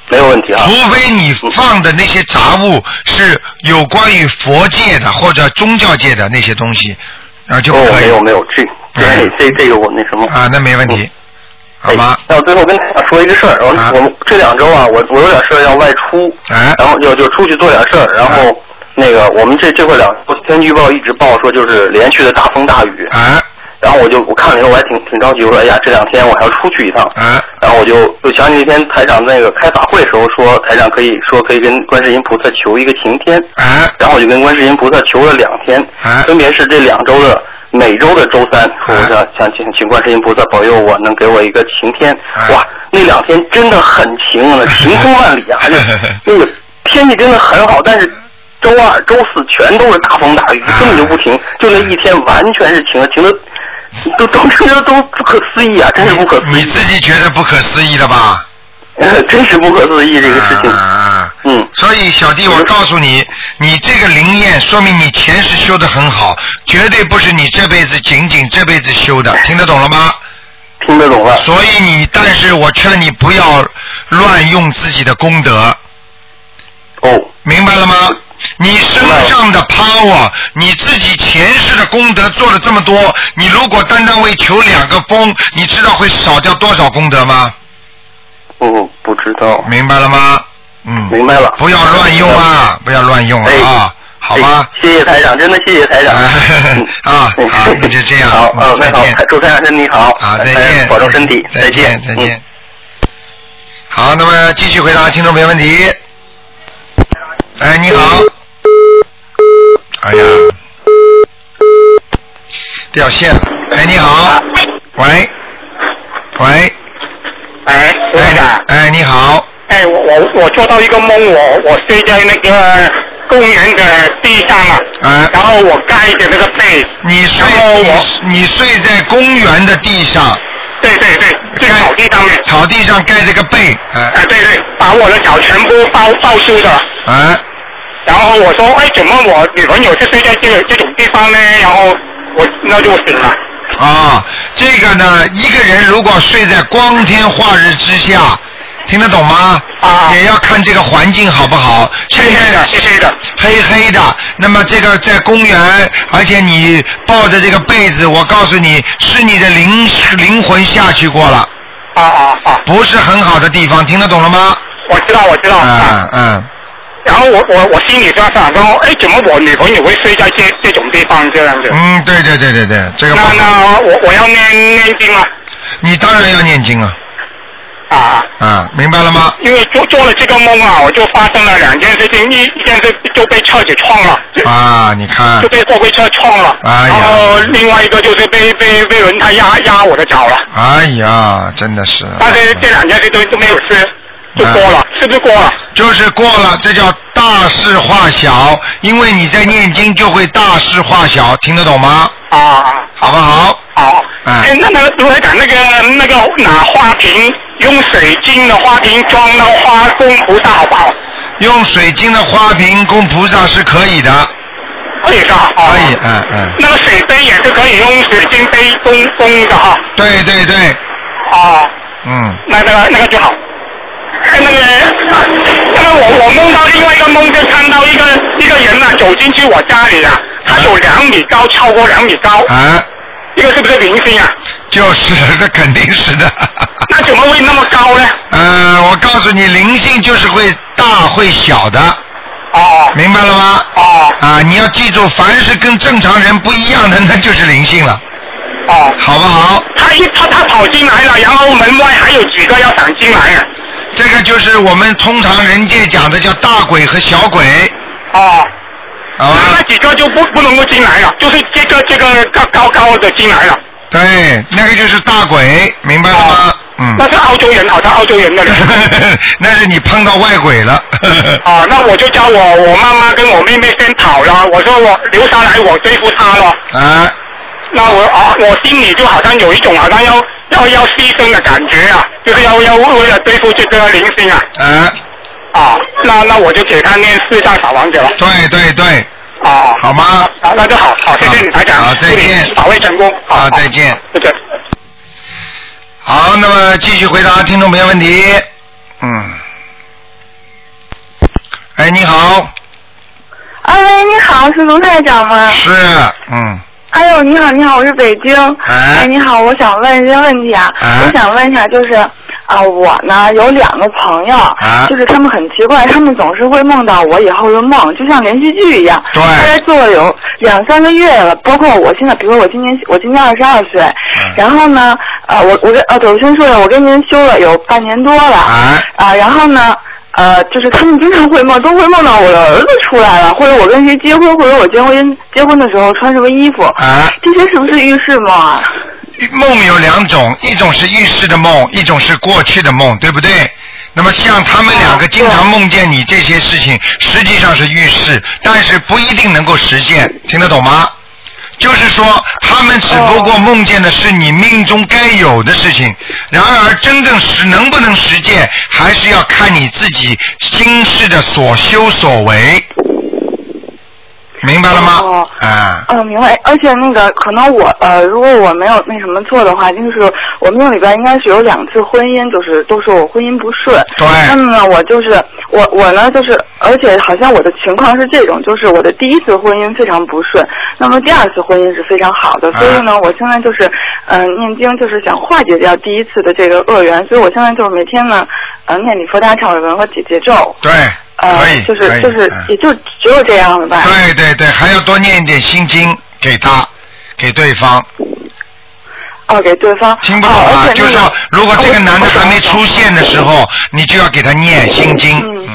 没有问题啊。
除非你放的那些杂物是有关于佛界的或者宗教界的那些东西，啊就可以。
哦，没有没有，这这这这个我那什么。
啊，那没问题。好吧。
那我最后跟大家说一个事儿，我我们这两周啊，我我有点事儿要外出，然后就就出去做点事儿，然后那个我们这这块两天气预报一直报说就是连续的大风大雨。
啊。
然后我就我看了以后我还挺挺着急，我说哎呀这两天我还要出去一趟，
啊、
然后我就就想起那天台长那个开法会的时候说台长可以说可以跟观世音菩萨求一个晴天，
啊、
然后我就跟观世音菩萨求了两天，
啊、
分别是这两周的每周的周三，说我想想请请观世音菩萨保佑我能给我一个晴天，
啊、
哇那两天真的很晴了，晴空万里啊，而且那个天气真的很好，但是周二周四全都是大风大雨，根本就不停，就那一天完全是晴了，晴的都都觉得都不可思议啊，真是不可思议。
你自己觉得不可思议的吧？
呃，真是不可思议这个事情。
啊，
嗯。
所以小弟，我告诉你，你这个灵验说明你前世修得很好，绝对不是你这辈子仅仅这辈子修的，听得懂了吗？
听得懂了。
所以你，但是我劝你不要乱用自己的功德。
哦。
明白了吗？你身上的 power， 你自己前世的功德做了这么多，你如果单单为求两个风，你知道会少掉多少功德吗？
哦，不知道。
明白了吗？嗯。
明白了。
不要乱用啊！不要乱用啊！
哎、
好吧、
哎。谢谢台长，真的谢谢台长。
啊，好，那就这样。
好，嗯，那好，祝台长身体好。
啊，再见。
保重身体，
再见，再见。好，那么继续回答听众朋友问题。哎，你好。哎呀，掉线了。哎，你好。喂，喂。
哎，卢台长。
哎，你好。
哎，我我我做到一个梦，我我睡在那个公园的地上啊。
哎。
然后我盖着那个被。
你睡你你睡在公园的地上。
对对对，在草地上面。
草地上盖着个被。哎。
啊，对对，把我的脚全部包包住的。
哎。
然后我说，哎，怎么我女朋友是睡在这个这种地方呢？然后我那就醒了。
啊，这个呢，一个人如果睡在光天化日之下，听得懂吗？
啊。
也要看这个环境好不好。
黑黑的，黑黑的。
黑黑的，那么这个在公园，而且你抱着这个被子，我告诉你，是你的灵灵魂下去过了。
啊啊啊！
不是很好的地方，听得懂了吗？
我知道，我知道。
嗯嗯。
然后我我我心里就想说，哎，怎么我女朋友会睡在这这种地方这样子？
嗯，对对对对对，这个。
那那我我要念念经啊。
你当然要念经了。
啊。
啊，明白了吗？
因为做做了这个梦啊，我就发生了两件事情，一一件事就被车子撞了。
啊，你看。
就被货柜车撞了。
哎呀。
然后另外一个就是被被被轮胎压压我的脚了。
哎呀，真的是。
但是这两件事都都没有事。就过了，是不是过了？
就是过了，这叫大事化小，因为你在念经就会大事化小，听得懂吗？
啊，
好不好？
好。
哎，
那那个卢台长，那个那个拿花瓶，用水晶的花瓶装那个花供菩萨好不好？
用水晶的花瓶供菩萨是可以的。
可以的。
可以，嗯嗯。
那个水杯也是可以用水晶杯供供的哈。
对对对。
哦。
嗯。
那那个那个就好。那个，那个我我梦到另外一个梦，就看到一个一个人啊走进去我家里啊，他有两米高，超过两米高。
啊。
这个是不是灵性啊？
就是，这肯定是的。
那怎么会那么高呢？
呃，我告诉你，灵性就是会大会小的。
哦。
明白了吗？
哦。
啊，你要记住，凡是跟正常人不一样的，那就是灵性了。
哦。
好不好？
他一他他跑进来了，然后门外还有几个要闪进来啊。
这个就是我们通常人界讲的叫大鬼和小鬼。
哦。
好吧。
那几个就不不能够进来了，就是这个这个高高高的进来了。
对，那个就是大鬼，明白了吗？哦、嗯。
那是澳洲人，好像澳洲人的人。
那是你碰到外鬼了。
啊，那我就叫我我妈妈跟我妹妹先跑了，我说我留下来我对付他了。
啊。
那我啊，我心里就好像有一种好像要要要牺牲的感觉啊，就是要要为了对付这个灵性啊。
啊。
啊，那那我就给他念四张小王子了。
对对对。
啊。
好吗？
啊，那就好，好，谢谢你台长。
好，再见。
保卫成功。
好，再见。
再见。
好，那么继续回答听众朋友问题。嗯。 哎，你好。
啊喂，你好，是卢台长吗？
是，嗯。
哎呦，你好，你好，我是北京。
哎。
哎，你好，我想问一些问题啊。
哎。
我想问一下，就是啊，我呢有两个朋友，
哎、
就是他们很奇怪，他们总是会梦到我以后的梦，就像连续剧一样。
对。
大概做了有两三个月了，包括我现在，比如说我今年我今年二十二岁，
嗯、
然后呢，呃，我我跟呃，对，我先说一下，我跟您修了有半年多了。
啊。
啊，然后呢。呃，就是他们经常会梦，都会梦到我的儿子出来了，或者我跟谁结婚，或者我结婚结婚的时候穿什么衣服。
啊，
这些是不是预示梦啊？
梦有两种，一种是预示的梦，一种是过去的梦，对不对？那么像他们两个经常梦见你这些事情，实际上是预示，但是不一定能够实现，听得懂吗？就是说，他们只不过梦见的是你命中该有的事情，然而真正是能不能实践，还是要看你自己今世的所修所为。明白了吗？
哦，
啊，
嗯，明白。而且那个，可能我呃，如果我没有那什么错的话，就是我命里边应该是有两次婚姻，就是都说我婚姻不顺。
对。
那么呢，我就是我我呢，就是而且好像我的情况是这种，就是我的第一次婚姻非常不顺，那么第二次婚姻是非常好的，所以呢，我现在就是嗯、呃、念经，就是想化解掉第一次的这个恶缘，所以我现在就是每天呢呃念礼佛大忏悔文和解结咒。
对。
呃，
可以，
就是就是，也就只有这样了吧？
对对对，还要多念一点心经给他，给对方。
哦，给对方。
听不懂啊？就是说，如果这个男的还没出现的时候，你就要给他念心经。
嗯。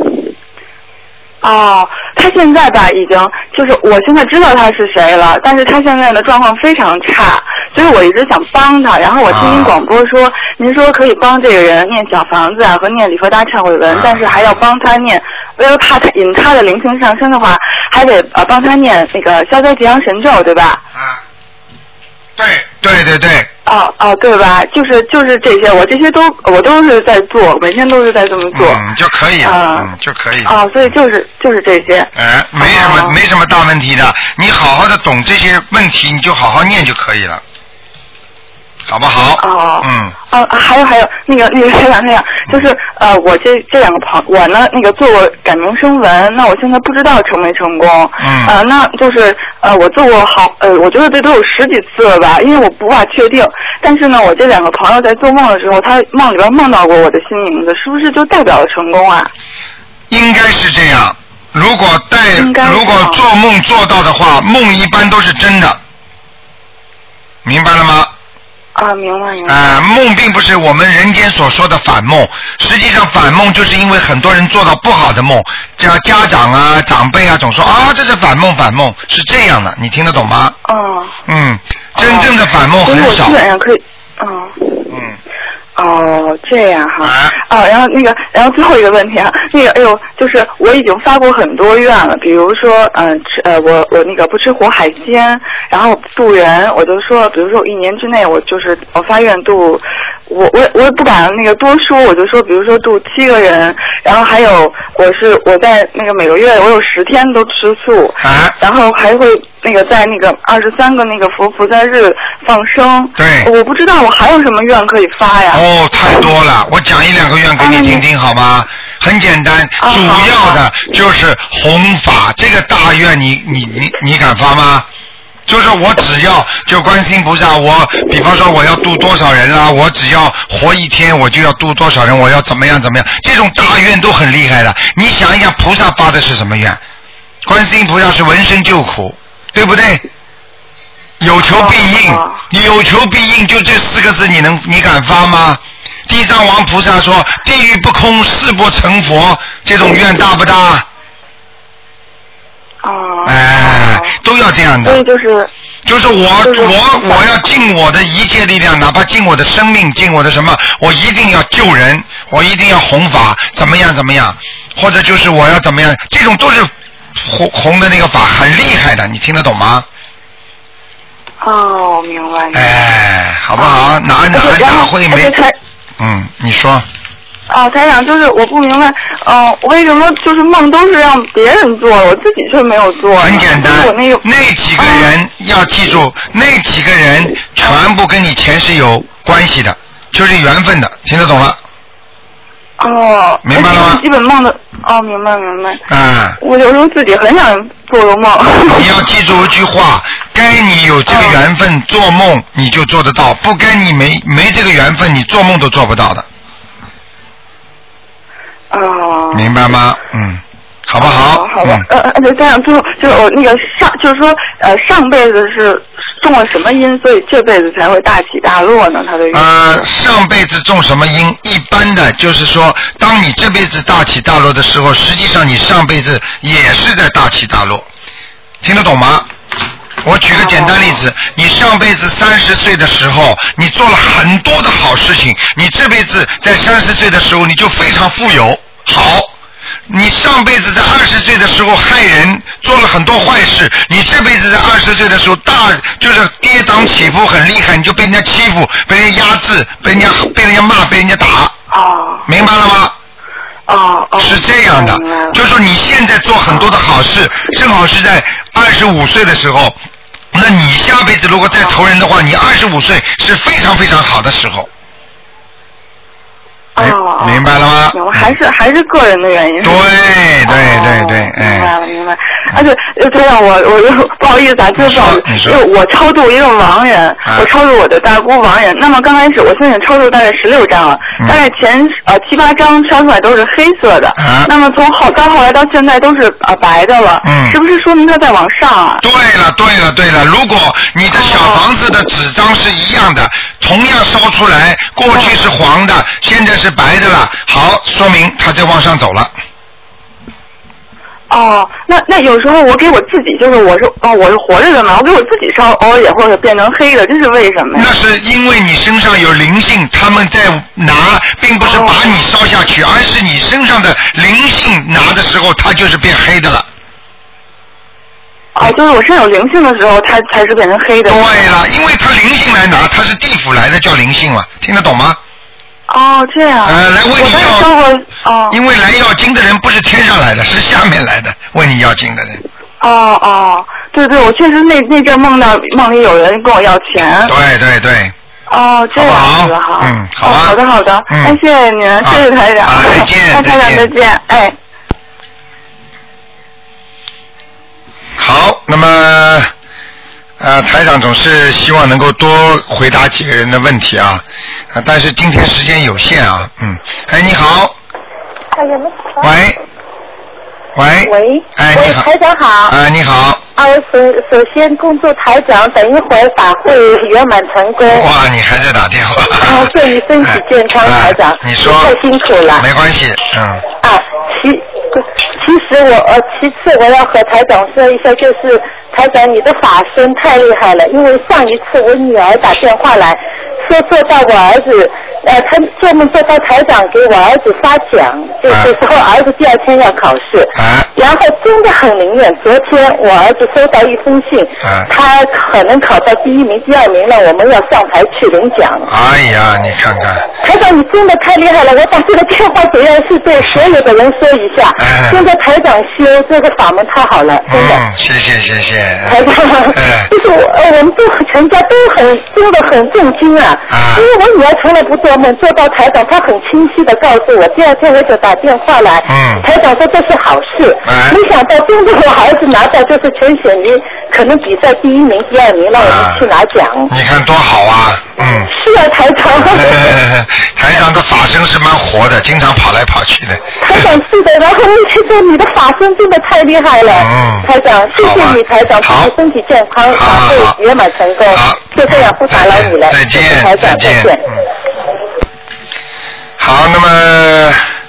哦，他现在吧，已经就是我现在知道他是谁了，但是他现在的状况非常差，所以我一直想帮他。然后我听您广播说，啊、您说可以帮这个人念小房子啊和念礼佛大忏悔文，啊、但是还要帮他念，为了怕他引他的灵性上升的话，还得呃帮他念那个消灾吉祥神咒，对吧？
啊，对对对对。
哦哦，对吧？就是就是这些，我这些都我都是在做，每天都是在这么做，
嗯，就可以了，啊、嗯，就可以了。
哦，所以就是就是这些。
哎，没什么、哦、没什么大问题的，你好好的懂这些问题，你就好好念就可以了。好不好？
哦，
嗯，
哦，还有还有，那个那个台长台长，就是呃，我这这两个朋我呢，那个做过改名声纹，那我现在不知道成没成功。
嗯。
呃，那就是呃，我做过好呃，我觉得这都有十几次了吧，因为我不法确定。但是呢，我这两个朋友在做梦的时候，他梦里边梦到过我的新名字，是不是就代表了成功啊？
应该是这样。如果带如果做梦做到的话，梦一般都是真的，明白了吗？
啊，明白明白。
啊、呃，梦并不是我们人间所说的反梦，实际上反梦就是因为很多人做到不好的梦，家家长啊、长辈啊总说啊这是反梦反梦，是这样的，你听得懂吗？
哦。
嗯，真正的反梦很少。
基本上可以，嗯。
嗯。
哦，这样哈。
啊。
哦，然后那个，然后最后一个问题啊，那个，哎呦，就是我已经发过很多愿了，比如说，嗯、呃，吃呃，我我那个不吃活海鲜，然后渡人，我就说，比如说我一年之内，我就是我发愿渡，我我我也不敢那个多说，我就说，比如说渡七个人，然后还有我是我在那个每个月我有十天都吃素，
啊，
然后还会那个在那个二十三个那个佛菩萨日放生，
对，
我不知道我还有什么愿可以发呀。
哦，太多了，我讲一两个愿给你听听好吗？很简单，
啊、
主要的就是弘法，这个大愿你你你你敢发吗？就是我只要就观世音菩萨，我比方说我要度多少人啦，我只要活一天我就要度多少人，我要怎么样怎么样，这种大愿都很厉害的。你想一想，菩萨发的是什么愿？观世音菩萨是闻声救苦，对不对？有求必应，有求必应，就这四个字，你能你敢发吗？地藏王菩萨说：“地狱不空，誓不成佛。”这种愿大不大？
哦。
哎，都要这样的。
所以就是。
就是我、就是、我我要尽我的一切力量，哪怕尽我的生命，尽我的什么，我一定要救人，我一定要弘法，怎么样怎么样，或者就是我要怎么样，这种都是弘弘的那个法很厉害的，你听得懂吗？
哦，明白。
哎，好不好？啊、哪哪哪会没？嗯，你说。
哦，台长，就是我不明白，嗯、呃，为什么就是梦都是让别人做，我自己却没有做？
很简单，
我那个
那几个人、啊、要记住，那几个人全部跟你前世有关系的，就是缘分的，听得懂了？
哦，
明白了吗？
基本梦的，哦，明白明白。
嗯。
我有时候自己很想做个梦。
你要记住一句话，该你有这个缘分做梦你就做得到，不该你没没这个缘分你做梦都做不到的。
哦。
明白吗？嗯。好不好？
哦、好吧，嗯、呃呃，这样最后就是我那个上，就是说呃上辈子是种了什么因，所以这辈子才会大起大落呢？他的
呃上辈子种什么因？一般的就是说，当你这辈子大起大落的时候，实际上你上辈子也是在大起大落，听得懂吗？我举个简单例子，你上辈子三十岁的时候，你做了很多的好事情，你这辈子在三十岁的时候你就非常富有，好。你上辈子在二十岁的时候害人，做了很多坏事，你这辈子在二十岁的时候大就是跌宕起伏很厉害，你就被人家欺负，被人家压制，被人家被人家骂，被人家打。
哦。
明白了吗？
哦哦。
是这样的，就是说你现在做很多的好事，正好是在二十五岁的时候，那你下辈子如果再投人的话，你二十五岁是非常非常好的时候。
哦，
明白了吗？
我还是、嗯、还是个人的原因。
对对对对，
哎、明白了明白。而且这样我我就不好意思啊，就是因为我超度一个亡人，啊、我超度我的大姑亡人。那么刚开始我现在超度大概十六张了，嗯、大概前呃七八张烧出来都是黑色的，啊、那么从后到后来到现在都是呃白的了，嗯，是不是说明它在往上啊？
对了对了对了，如果你的小房子的纸张是一样的，同样烧出来，过去是黄的，哦、现在是。是白的了，好，说明它在往上走了。
哦，那那有时候我给我自己，就是我是哦，我是活着的嘛，我给我自己烧，偶尔也会变成黑的，这是为什么呀？
那是因为你身上有灵性，他们在拿，并不是把你烧下去，哦、而是你身上的灵性拿的时候，它就是变黑的了。
哦，就是我身上有灵性的时候，它才是变成黑的。
对了，因为它灵性来拿，它是地府来的，叫灵性嘛，听得懂吗？
哦，这样。
呃，来问你
要，哦，
因为来要经的人不是天上来的，是下面来的，问你要经的人。
哦哦，对对，我确实那那阵梦到梦里有人跟我要钱。
对对对。
哦，这样子好。
嗯，好吧。
哦、好的好的，嗯，哎，谢谢您，啊、谢谢台长。
啊，再见。
哎，台长再见，哎。
好，那么。呃，台长总是希望能够多回答几个人的问题啊，啊，但是今天时间有限啊，嗯，哎，你好，
哎呀，
喂，喂，
喂，
哎，你好，
台长好，
哎，你好，
啊，我首首先恭祝台长等一会儿法会圆满成功。
哇，你还在打电话？
啊，祝你身体健康，
哎、
台长，
你说
太辛苦了。
没关系，嗯。
啊，其其实我呃，其次我要和台长说一下，就是台长你的法身太厉害了，因为上一次我女儿打电话来说做到我儿子，呃，他做梦做到台长给我儿子发奖，就是说儿子第二天要考试，
啊、
然后真的很灵验。昨天我儿子收到一封信，
啊、
他可能考到第一名、第二名了，我们要上台去领奖。
哎呀，你看看，
台长你真的太厉害了，我把这个电话主要是对所有的人说一下，
哎、
现在台长修这个法门太好了，真的。
嗯，谢谢谢谢。
台长，
哎、
就是我呃，我们都全家都很真的很震惊啊，
啊
因为我女儿从来不做梦，做到台长，她很清晰的告诉我，第二天我就打电话来，
嗯，
台长说这是好事，
哎、
没想到真的我儿子拿到就是全省名，可能比赛第一名、第二名，让我们去拿奖。
啊、你看多好啊，嗯。
是啊，台长。
哎、台长的法身是蛮活的，经常跑来跑去的。
台长是的，然后你去说你的法身真的太厉害了，
嗯，
台长，谢谢你，台长，祝你身体健康，法会圆满成功。
好，
就这样不打扰你了，
再见，
台长，再见。
嗯。好，那么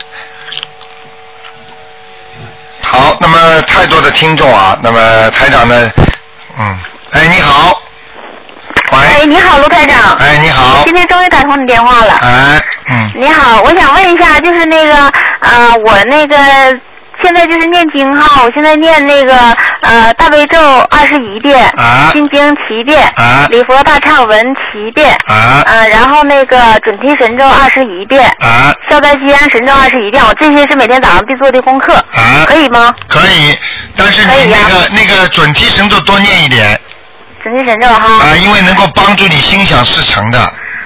好，那么太多的听众啊，那么台长呢，嗯，哎，你好。喂，
哎，你好，卢台长。
哎，你好。
今天终于打通你电话了。
哎，嗯。
你好，我想问一下，就是那个呃，我那个现在就是念经哈，我现在念那个呃大悲咒二十一遍，
啊，
心经七遍，
啊，
礼佛大忏文七遍，
啊，
呃，然后那个准提神咒二十一遍，
啊，
消灾吉安神咒二十一遍，我这些是每天早上必做的功课，
啊，
可以吗？
可以，但是你那个、啊、那个准提神咒多念一点。
准提神咒哈。
啊，因为能够帮助你心想事成的。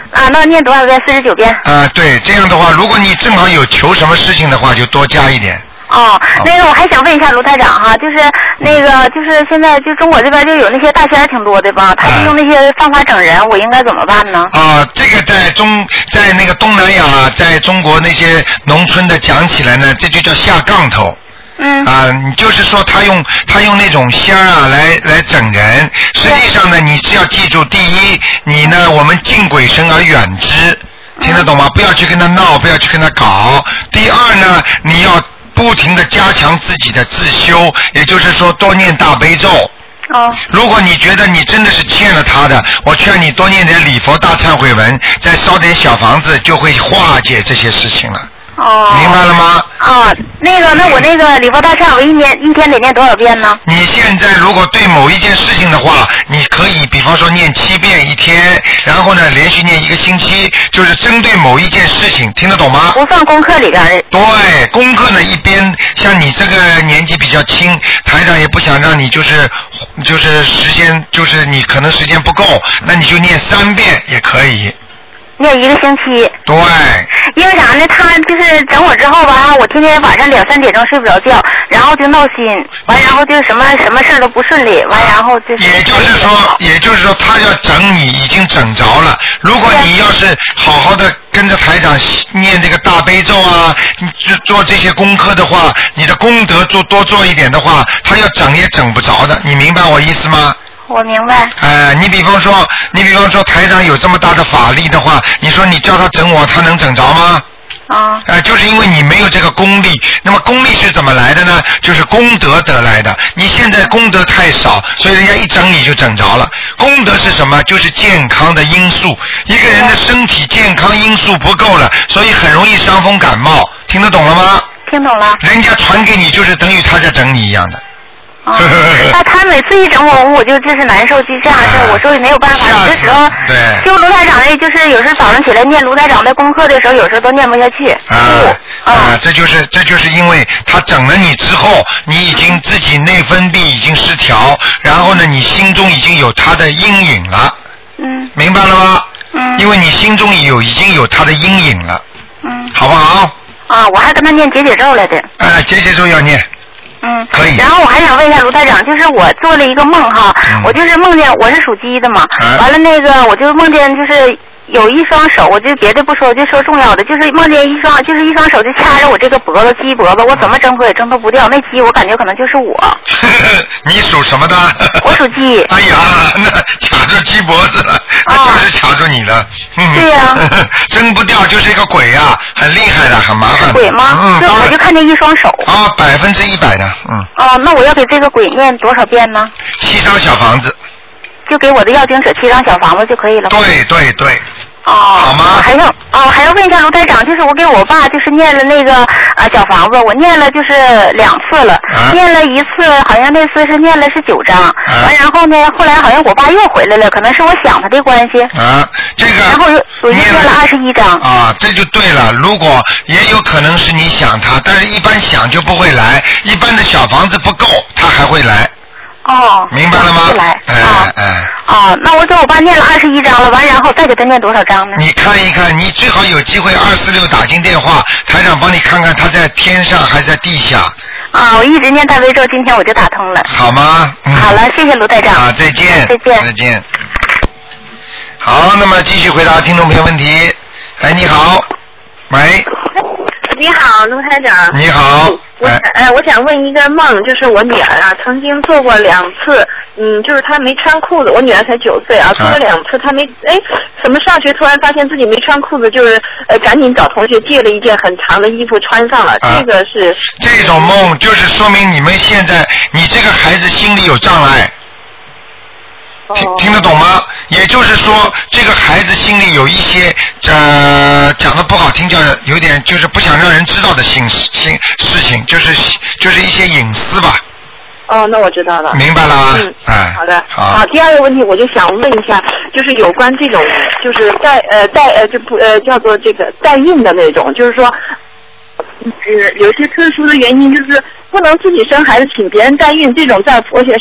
啊，那念多少遍？四十九遍。
啊，对，这样的话，如果你正好有求什么事情的话，就多加一点。
哦，那个我还想问一下卢台长哈，就是那个就是现在就中国这边就有那些大仙挺多的吧，他就用那些方法整人，我应该怎么办呢？
啊，这个在中在那个东南亚，在中国那些农村的讲起来呢，这就叫下杠头。
嗯
啊，你就是说他用他用那种香啊来来整人，实际上呢，你是要记住，第一，你呢我们敬鬼神而远之，听得懂吗？不要去跟他闹，不要去跟他搞。第二呢，你要不停地加强自己的自修，也就是说多念大悲咒。
哦。
如果你觉得你真的是欠了他的，我劝你多念点礼佛大忏悔文，再烧点小房子，就会化解这些事情了。
哦。
明白了吗？
啊，那个，那我那个礼佛大忏悔一年一天得念多少遍呢？
你现在如果对某一件事情的话，你可以比方说念七遍一天，然后呢连续念一个星期，就是针对某一件事情，听得懂吗？
不算功课里边的。
对，功课呢一边，像你这个年纪比较轻，台长也不想让你就是就是时间就是你可能时间不够，那你就念三遍也可以。
念一个星期。
对。
因为啥呢？他就是整我之后吧，我天天晚上两三点钟睡不着觉，然后就闹心，完然后就什么什么事都不顺利，完然后就是。
也就是说，也就是说，他要整你已经整着了。如果你要是好好的跟着台长念这个大悲咒啊，做做这些功课的话，你的功德做多做一点的话，他要整也整不着的。你明白我意思吗？
我明白。
哎、呃，你比方说，你比方说台长有这么大的法力的话，你说你叫他整我，他能整着吗？
啊。
呃，就是因为你没有这个功力。那么功力是怎么来的呢？就是功德得来的。你现在功德太少，所以人家一整你就整着了。功德是什么？就是健康的因素。一个人的身体健康因素不够了，所以很容易伤风感冒。听得懂了吗？
听懂了。
人家传给你，就是等于他在整你一样的。
啊，那他每次一整我，我就就是难受，就这样式，我说也没有办法。有的时候修卢台长的，就是有时候早上起来念卢台长的功课的时候，有时候都念不下去。
啊啊，这就是这就是因为他整了你之后，你已经自己内分泌已经失调，然后呢，你心中已经有他的阴影了。
嗯。
明白了吗？
嗯。
因为你心中有已经有他的阴影了。
嗯。
好不好？
啊，我还跟他念解解咒来的。
哎，解解咒要念。
嗯，
可以。
然后我还想问一下卢台长，就是我做了一个梦哈，嗯、我就是梦见我是属鸡的嘛，啊、完了那个我就梦见就是有一双手，我就别的不说，我就说重要的，就是梦见一双就是一双手就掐着我这个脖子鸡脖子，我怎么挣脱也挣脱不掉，那鸡我感觉可能就是我。
你属什么的？
我属鸡。
哎呀，那卡住鸡脖子了，那就是卡住你了。
嗯、对呀、
啊。挣不掉就是一个鬼呀、啊，很厉害的，很麻烦的。
鬼吗？嗯，就我就看见一双手。
啊，百分之一百的，嗯。
哦，那我要给这个鬼念多少遍呢？
七张小房子。
就给我的要经者七张小房子就可以了。
对对对。
哦，
好吗？
还要哦，还要问一下卢台长，就是我给我爸就是念了那个啊小房子，我念了就是两次了，啊、念了一次，好像那次是念了是九章，完、啊、然后呢，后来好像我爸又回来了，可能是我想他的关系。
啊，这个。
然后又我又念了二十一章。
啊，这就对了。如果也有可能是你想他，但是一般想就不会来，一般的小房子不够，他还会来。
哦，
明白了吗？
来，
哎哎。
哦，那我给我爸念了二十一章了，完然后再给他念多少章呢？
你看一看，你最好有机会二四六打进电话，台长帮你看看他在天上还是在地下。
啊，我一直念大悲咒，今天我就打通了。
好吗？
嗯、好了，谢谢卢台长。
啊，再见。
再见。
再见。好，那么继续回答听众朋友问题。哎，你好，喂。
你好，卢台长。
你好。
我呃，我想问一个梦，就是我女儿啊，曾经做过两次，嗯，就是她没穿裤子，我女儿才九岁啊，做过两次，她没，哎，怎么上学突然发现自己没穿裤子，就是呃，赶紧找同学借了一件很长的衣服穿上了，啊、这个是。
这种梦就是说明你们现在，你这个孩子心里有障碍。听听得懂吗？也就是说，这个孩子心里有一些，呃，讲的不好听，叫有点就是不想让人知道的心心事情，就是就是一些隐私吧。
哦，那我知道了。
明白了吗？
嗯，
哎，
好的。
好。
好，第二个问题我就想问一下，就是有关这种就是代呃代呃就不呃叫做这个代孕的那种，就是说。呃，有些特殊的原因，就是不能自己生孩子，请别人代孕，这种在佛学上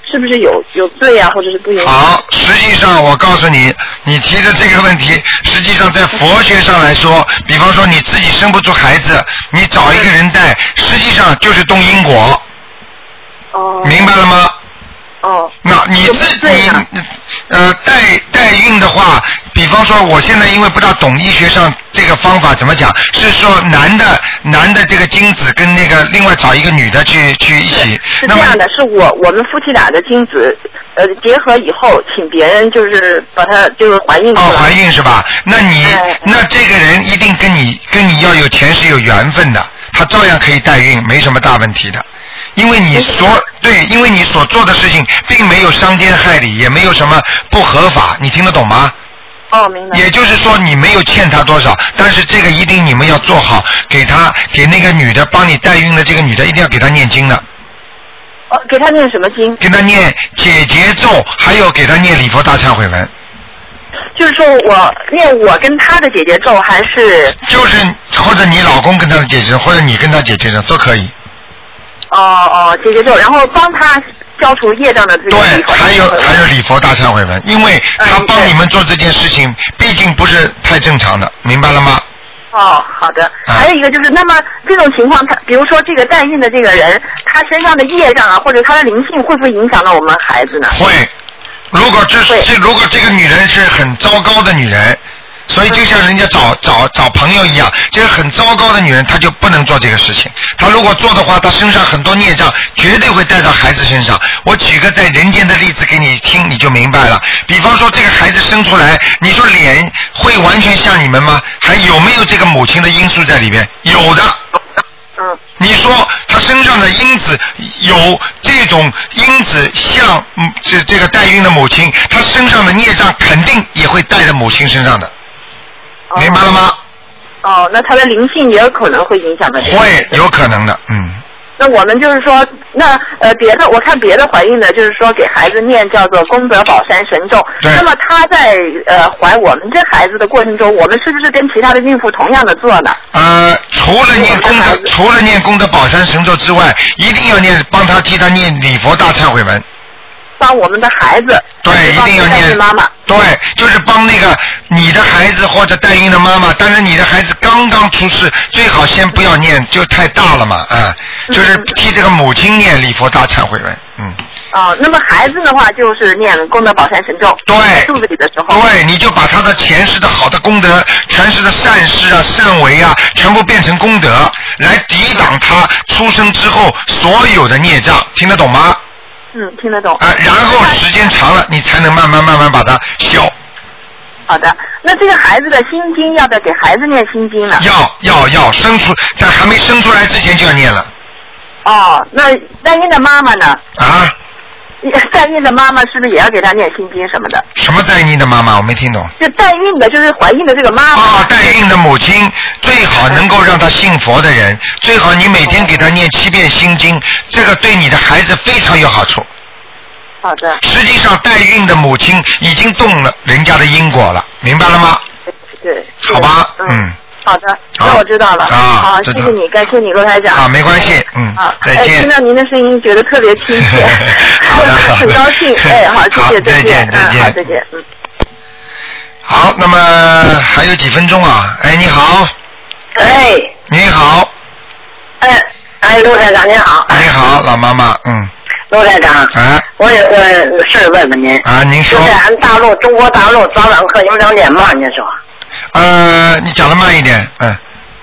是不是有有罪啊，或者是不允许？
好，实际上我告诉你，你提的这个问题，实际上在佛学上来说，比方说你自己生不出孩子，你找一个人带，实际上就是动因果。
哦。
明白了吗？
哦。
那你自你呃代代孕的话，比方说我现在因为不大懂医学上这个方法怎么讲，是说男的男的这个精子跟那个另外找一个女的去去一起。
是这样的，是我我们夫妻俩的精子呃结合以后，请别人就是把它就是怀孕。
哦，怀孕是吧？那你、哎、那这个人一定跟你跟你要有前世有缘分的，他照样可以代孕，没什么大问题的。因为你所对，因为你所做的事情并没有伤天害理，也没有什么不合法，你听得懂吗？
哦，明白。
也就是说，你没有欠他多少，但是这个一定你们要做好，给他给那个女的帮你代孕的这个女的一定要给她念经的。
哦，给她念什么经？
给她念解结咒，还有给她念礼佛大忏悔文。
就是说我念我跟他的姐姐咒，还是
就是或者你老公跟他的姐姐咒，或者你跟他姐姐咒都可以。
哦哦，姐姐咒，然后帮他消除业障的这个。
对，还有还有礼佛大忏悔文，因为他帮你们做这件事情，嗯、毕竟不是太正常的，明白了吗？
哦，好的。啊、还有一个就是，那么这种情况，他比如说这个代孕的这个人，他身上的业障啊，或者他的灵性，会不会影响到我们孩子呢？
会。如果这这如果这个女人是很糟糕的女人。所以就像人家找找找朋友一样，这个很糟糕的女人，她就不能做这个事情。她如果做的话，她身上很多孽障，绝对会带到孩子身上。我举个在人间的例子给你听，你就明白了。比方说，这个孩子生出来，你说脸会完全像你们吗？还有没有这个母亲的因素在里边？有的。
嗯。
你说他身上的因子有这种因子像这这个代孕的母亲，他身上的孽障肯定也会带在母亲身上的。明白了吗？
哦，那他的灵性也有可能会影响的。
会，有可能的，嗯。
那我们就是说，那呃别的，我看别的怀孕的，就是说给孩子念叫做功德宝山神咒。
对。
那么他在呃怀我们这孩子的过程中，我们是不是跟其他的孕妇同样的做呢？
呃，除了念功德，除了念功德宝山神咒之外，一定要念，帮他替他念礼佛大忏悔文。
帮我们的孩子，
对，一定要念
妈妈，
对，就是帮那个你的孩子或者代孕的妈妈，但是你的孩子刚刚出世，最好先不要念，就太大了嘛，啊、嗯，就是替这个母亲念礼佛大忏悔文，嗯。
哦，那么孩子的话就是念功德宝山神咒，
对，
在肚子里的时候，
对，你就把他的前世的好的功德、全世的善事啊、善为啊，全部变成功德，来抵挡他出生之后所有的孽障，听得懂吗？
嗯，听得懂。
啊，然后时间长了，你才能慢慢慢慢把它消。
好的，那这个孩子的心经要不要给孩子念心经呢？
要要要，生出在还没生出来之前就要念了。
哦，那代孕的妈妈呢？
啊？
代孕的妈妈是不是也要给她念心经什么的？
什么代孕的妈妈？我没听懂。
就代孕的，就是怀孕的这个妈妈。
啊，代孕的母亲最好能够让她信佛的人，最好你每天给她念七遍心经，这个对你的孩子非常有好处。
好的。
实际上，代孕的母亲已经动了人家的因果了，明白了吗？
对。
好吧，嗯。
好的，那我知道了。
啊，
好，谢谢你，感谢你，罗台长。
啊，没关系，嗯，
好，
再见。
听到您的声音，觉得特别亲切，
好的，
很高兴。哎，好，谢谢，
再见，再见，
好，再见，嗯。
好，那么还有几分钟啊？哎，你好。
哎。
你好。
哎，哎，罗台长您好。
你好，老妈妈，嗯。
罗台长。
啊。
我有个事儿问问您。
啊，您说。
就是俺大陆中国大陆早晚课有两点慢，您说。
呃，你讲的慢一点，嗯。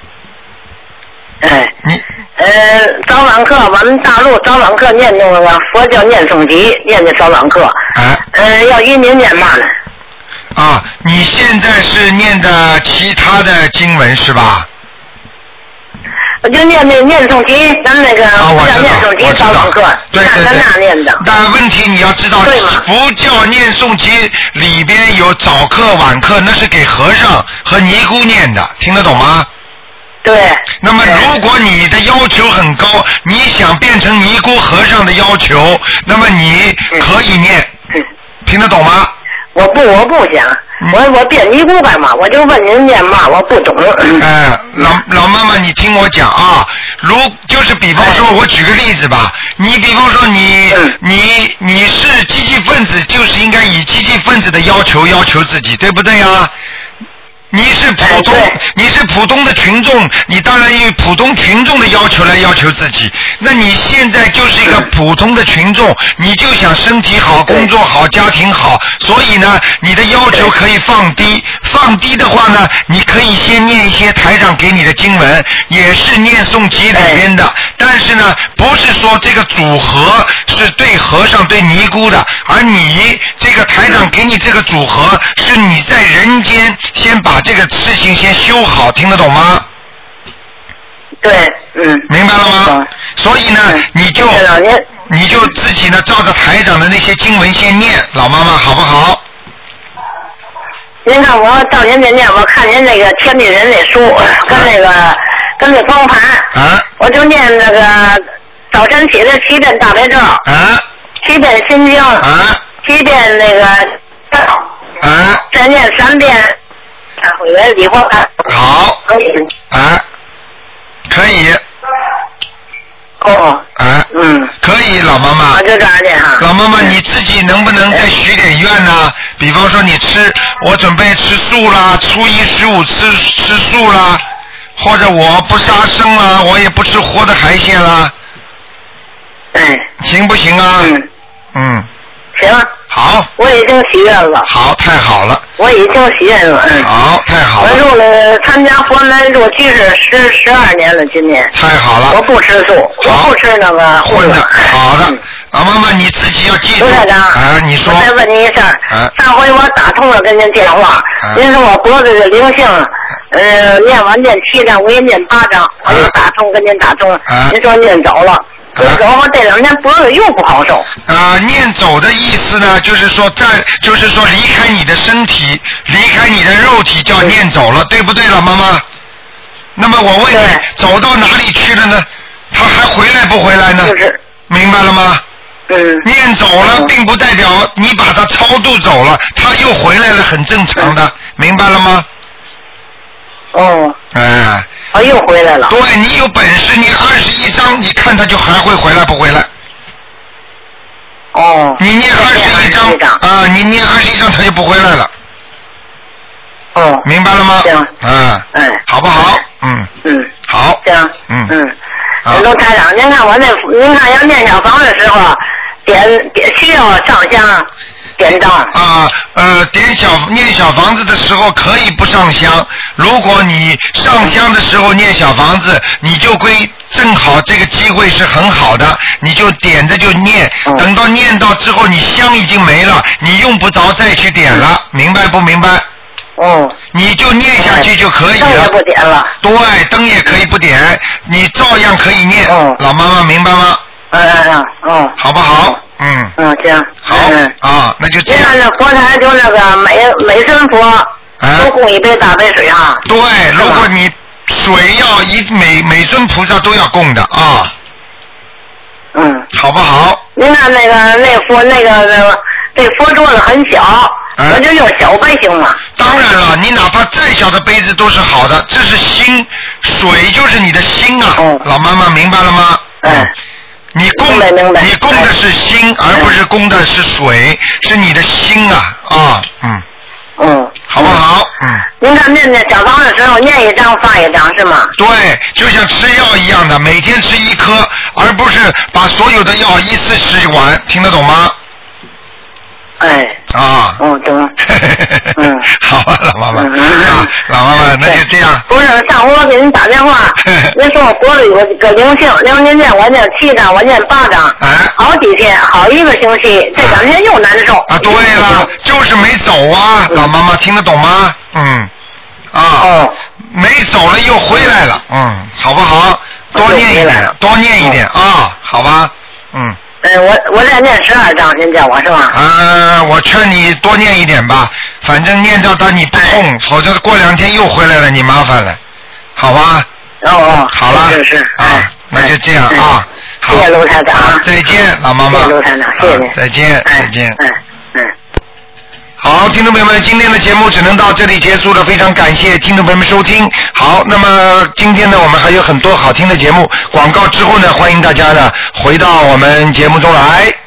哎。
你。
呃，早晚课，我们大陆早晚课念那个佛教念诵集，念的早晚课。
啊。
呃，要一年念嘛呢？
啊，你现在是念的其他的经文是吧？
我就念那念诵集，咱那个佛教念诵集早晚课，
对对对，
咱那念的。
但问题你要知道，佛教念诵集里边有早课晚课，那是给和尚和尼姑念的，听得懂吗？
对。
那么如果你的要求很高，你想变成尼姑和尚的要求，那么你可以念，
嗯、
听得懂吗？
我不，我不想，我我变尼姑干嘛？我就问您念嘛，我不懂。
哎，老老妈妈，你听我讲啊，如就是比方说，我举个例子吧，你比方说你、嗯、你你是分子的要求要求自己，对不对啊？你是普通，你是普通的群众，你当然以普通群众的要求来要求自己。那你现在就是一个普通的群众，你就想身体好、工作好、家庭好，所以呢，你的要求可以放低。放低的话呢，你可以先念一些台长给你的经文，也是念诵集里边的。但是呢，不是说这个组合是对和尚、对尼姑的，而你这个台长给你这个组合，是你在人间先把。把这个事情先修好，听得懂吗？
对，嗯，
明白了吗？所以呢，嗯、你就你就自己呢，照着台长的那些经文先念，老妈妈好不好？
您看我照您这念，我看您那个天地人那书，跟那个、啊、跟那光盘，啊，我就念那个早晨起的七遍大悲咒，啊，七遍心经，啊，七遍那个，啊，再念三遍。回来礼佛
好，
可以，
哎，可以，
哦，
哎，
嗯，
可以，老妈妈，
我就这样的哈。
老妈妈，你自己能不能再许点愿呢？比方说，你吃，我准备吃素啦，初一十五吃吃素啦，或者我不杀生啦，我也不吃活的海鲜啦，
哎，
行不行啊？
嗯，
嗯，
行。
好，
我已经许愿了。
好，太好了。
我已经许愿了，嗯。
好，太好了。
我入了参加佛门入居士十十二年了，今年。
太好了。
我不吃素，我不吃那个
荤的。好的，老妈妈你自己要记住。
卢台长，
啊，你说。
我再问您一事儿。啊。上回我打通了跟您电话，您说我脖子的灵性，呃，念完念七张，我也念八张，我就打通跟您打通，您说念走了。念走我这两天脖子又不好受。
啊，念走的意思呢，就是说在，就是说离开你的身体，离开你的肉体，叫念走了，对不对了，妈妈？那么我问你，走到哪里去了呢？他还回来不回来呢？
就是。
明白了吗？
嗯。
念走了，并不代表你把他超度走了，他又回来了，很正常的，明白了吗？
哦。
哎。
啊，又回来了。
对，你有本事念二十一章，你看他就还会回来不回来？
哦。
你念二十一章啊，你念二十一章他就不回来了。
哦。
明白了吗？
行。
啊。
哎。
好不好？嗯。
嗯。
好。
行。
嗯。
嗯。卢台长，您看我那，您看要念小房的时候，点点需要上香。点灯
啊，呃，点小念小房子的时候可以不上香。如果你上香的时候念小房子，你就归正好这个机会是很好的，你就点着就念。嗯、等到念到之后，你香已经没了，你用不着再去点了，明白不明白？
哦。
你就念下去就可以了。
灯也不点了。
对，灯也可以不点，你照样可以念。
哦、
老妈妈明白吗？
嗯嗯嗯。哦。
好不好？嗯。
嗯，行。
好。嗯。啊，那就这样。
你看那佛台就那个每每尊佛都供一杯大杯水啊。
对，如果你水要一每每尊菩萨都要供的啊。
嗯。
好不好？
您看那个那佛那个那个这佛桌子很小，那就用小杯行吗？
当然了，你哪怕再小的杯子都是好的，这是心，水就是你的心啊。嗯。老妈妈明白了吗？
嗯。
你供你供的是心，而不是供的是水，是你的心啊啊嗯
嗯，
好不好？嗯。
您看念那小房的时候，念一张发一张是吗？
对，就像吃药一样的，每天吃一颗，而不是把所有的药一次吃完，听得懂吗？
哎。
啊。
哦，懂。嗯。
好啊，老妈妈。嗯啊，老妈妈，那就这样。
不是，上回我给您打电话，您说我脖子有个灵性，让您念我念七张，我念八张。
哎。
好几天，好一个星期，这两天又难受。
啊，对了，就是没走啊，老妈妈听得懂吗？嗯。啊。
哦。
没走了又回来了，嗯，好不好？多念一点，多念一点啊，好吧？嗯。
嗯，我我再念十二章，您叫我是吧？
呃，我劝你多念一点吧，反正念到他你不痛，否则过两天又回来了，你麻烦了，好吧？
哦哦，
好了，
是是
啊，那就这样啊，好，
谢谢卢台长，
再见，老妈妈，
谢谢卢台长，谢谢您，
再见，再见，
嗯嗯。
好，听众朋友们，今天的节目只能到这里结束了，非常感谢听众朋友们收听。好，那么今天呢，我们还有很多好听的节目，广告之后呢，欢迎大家呢回到我们节目中来。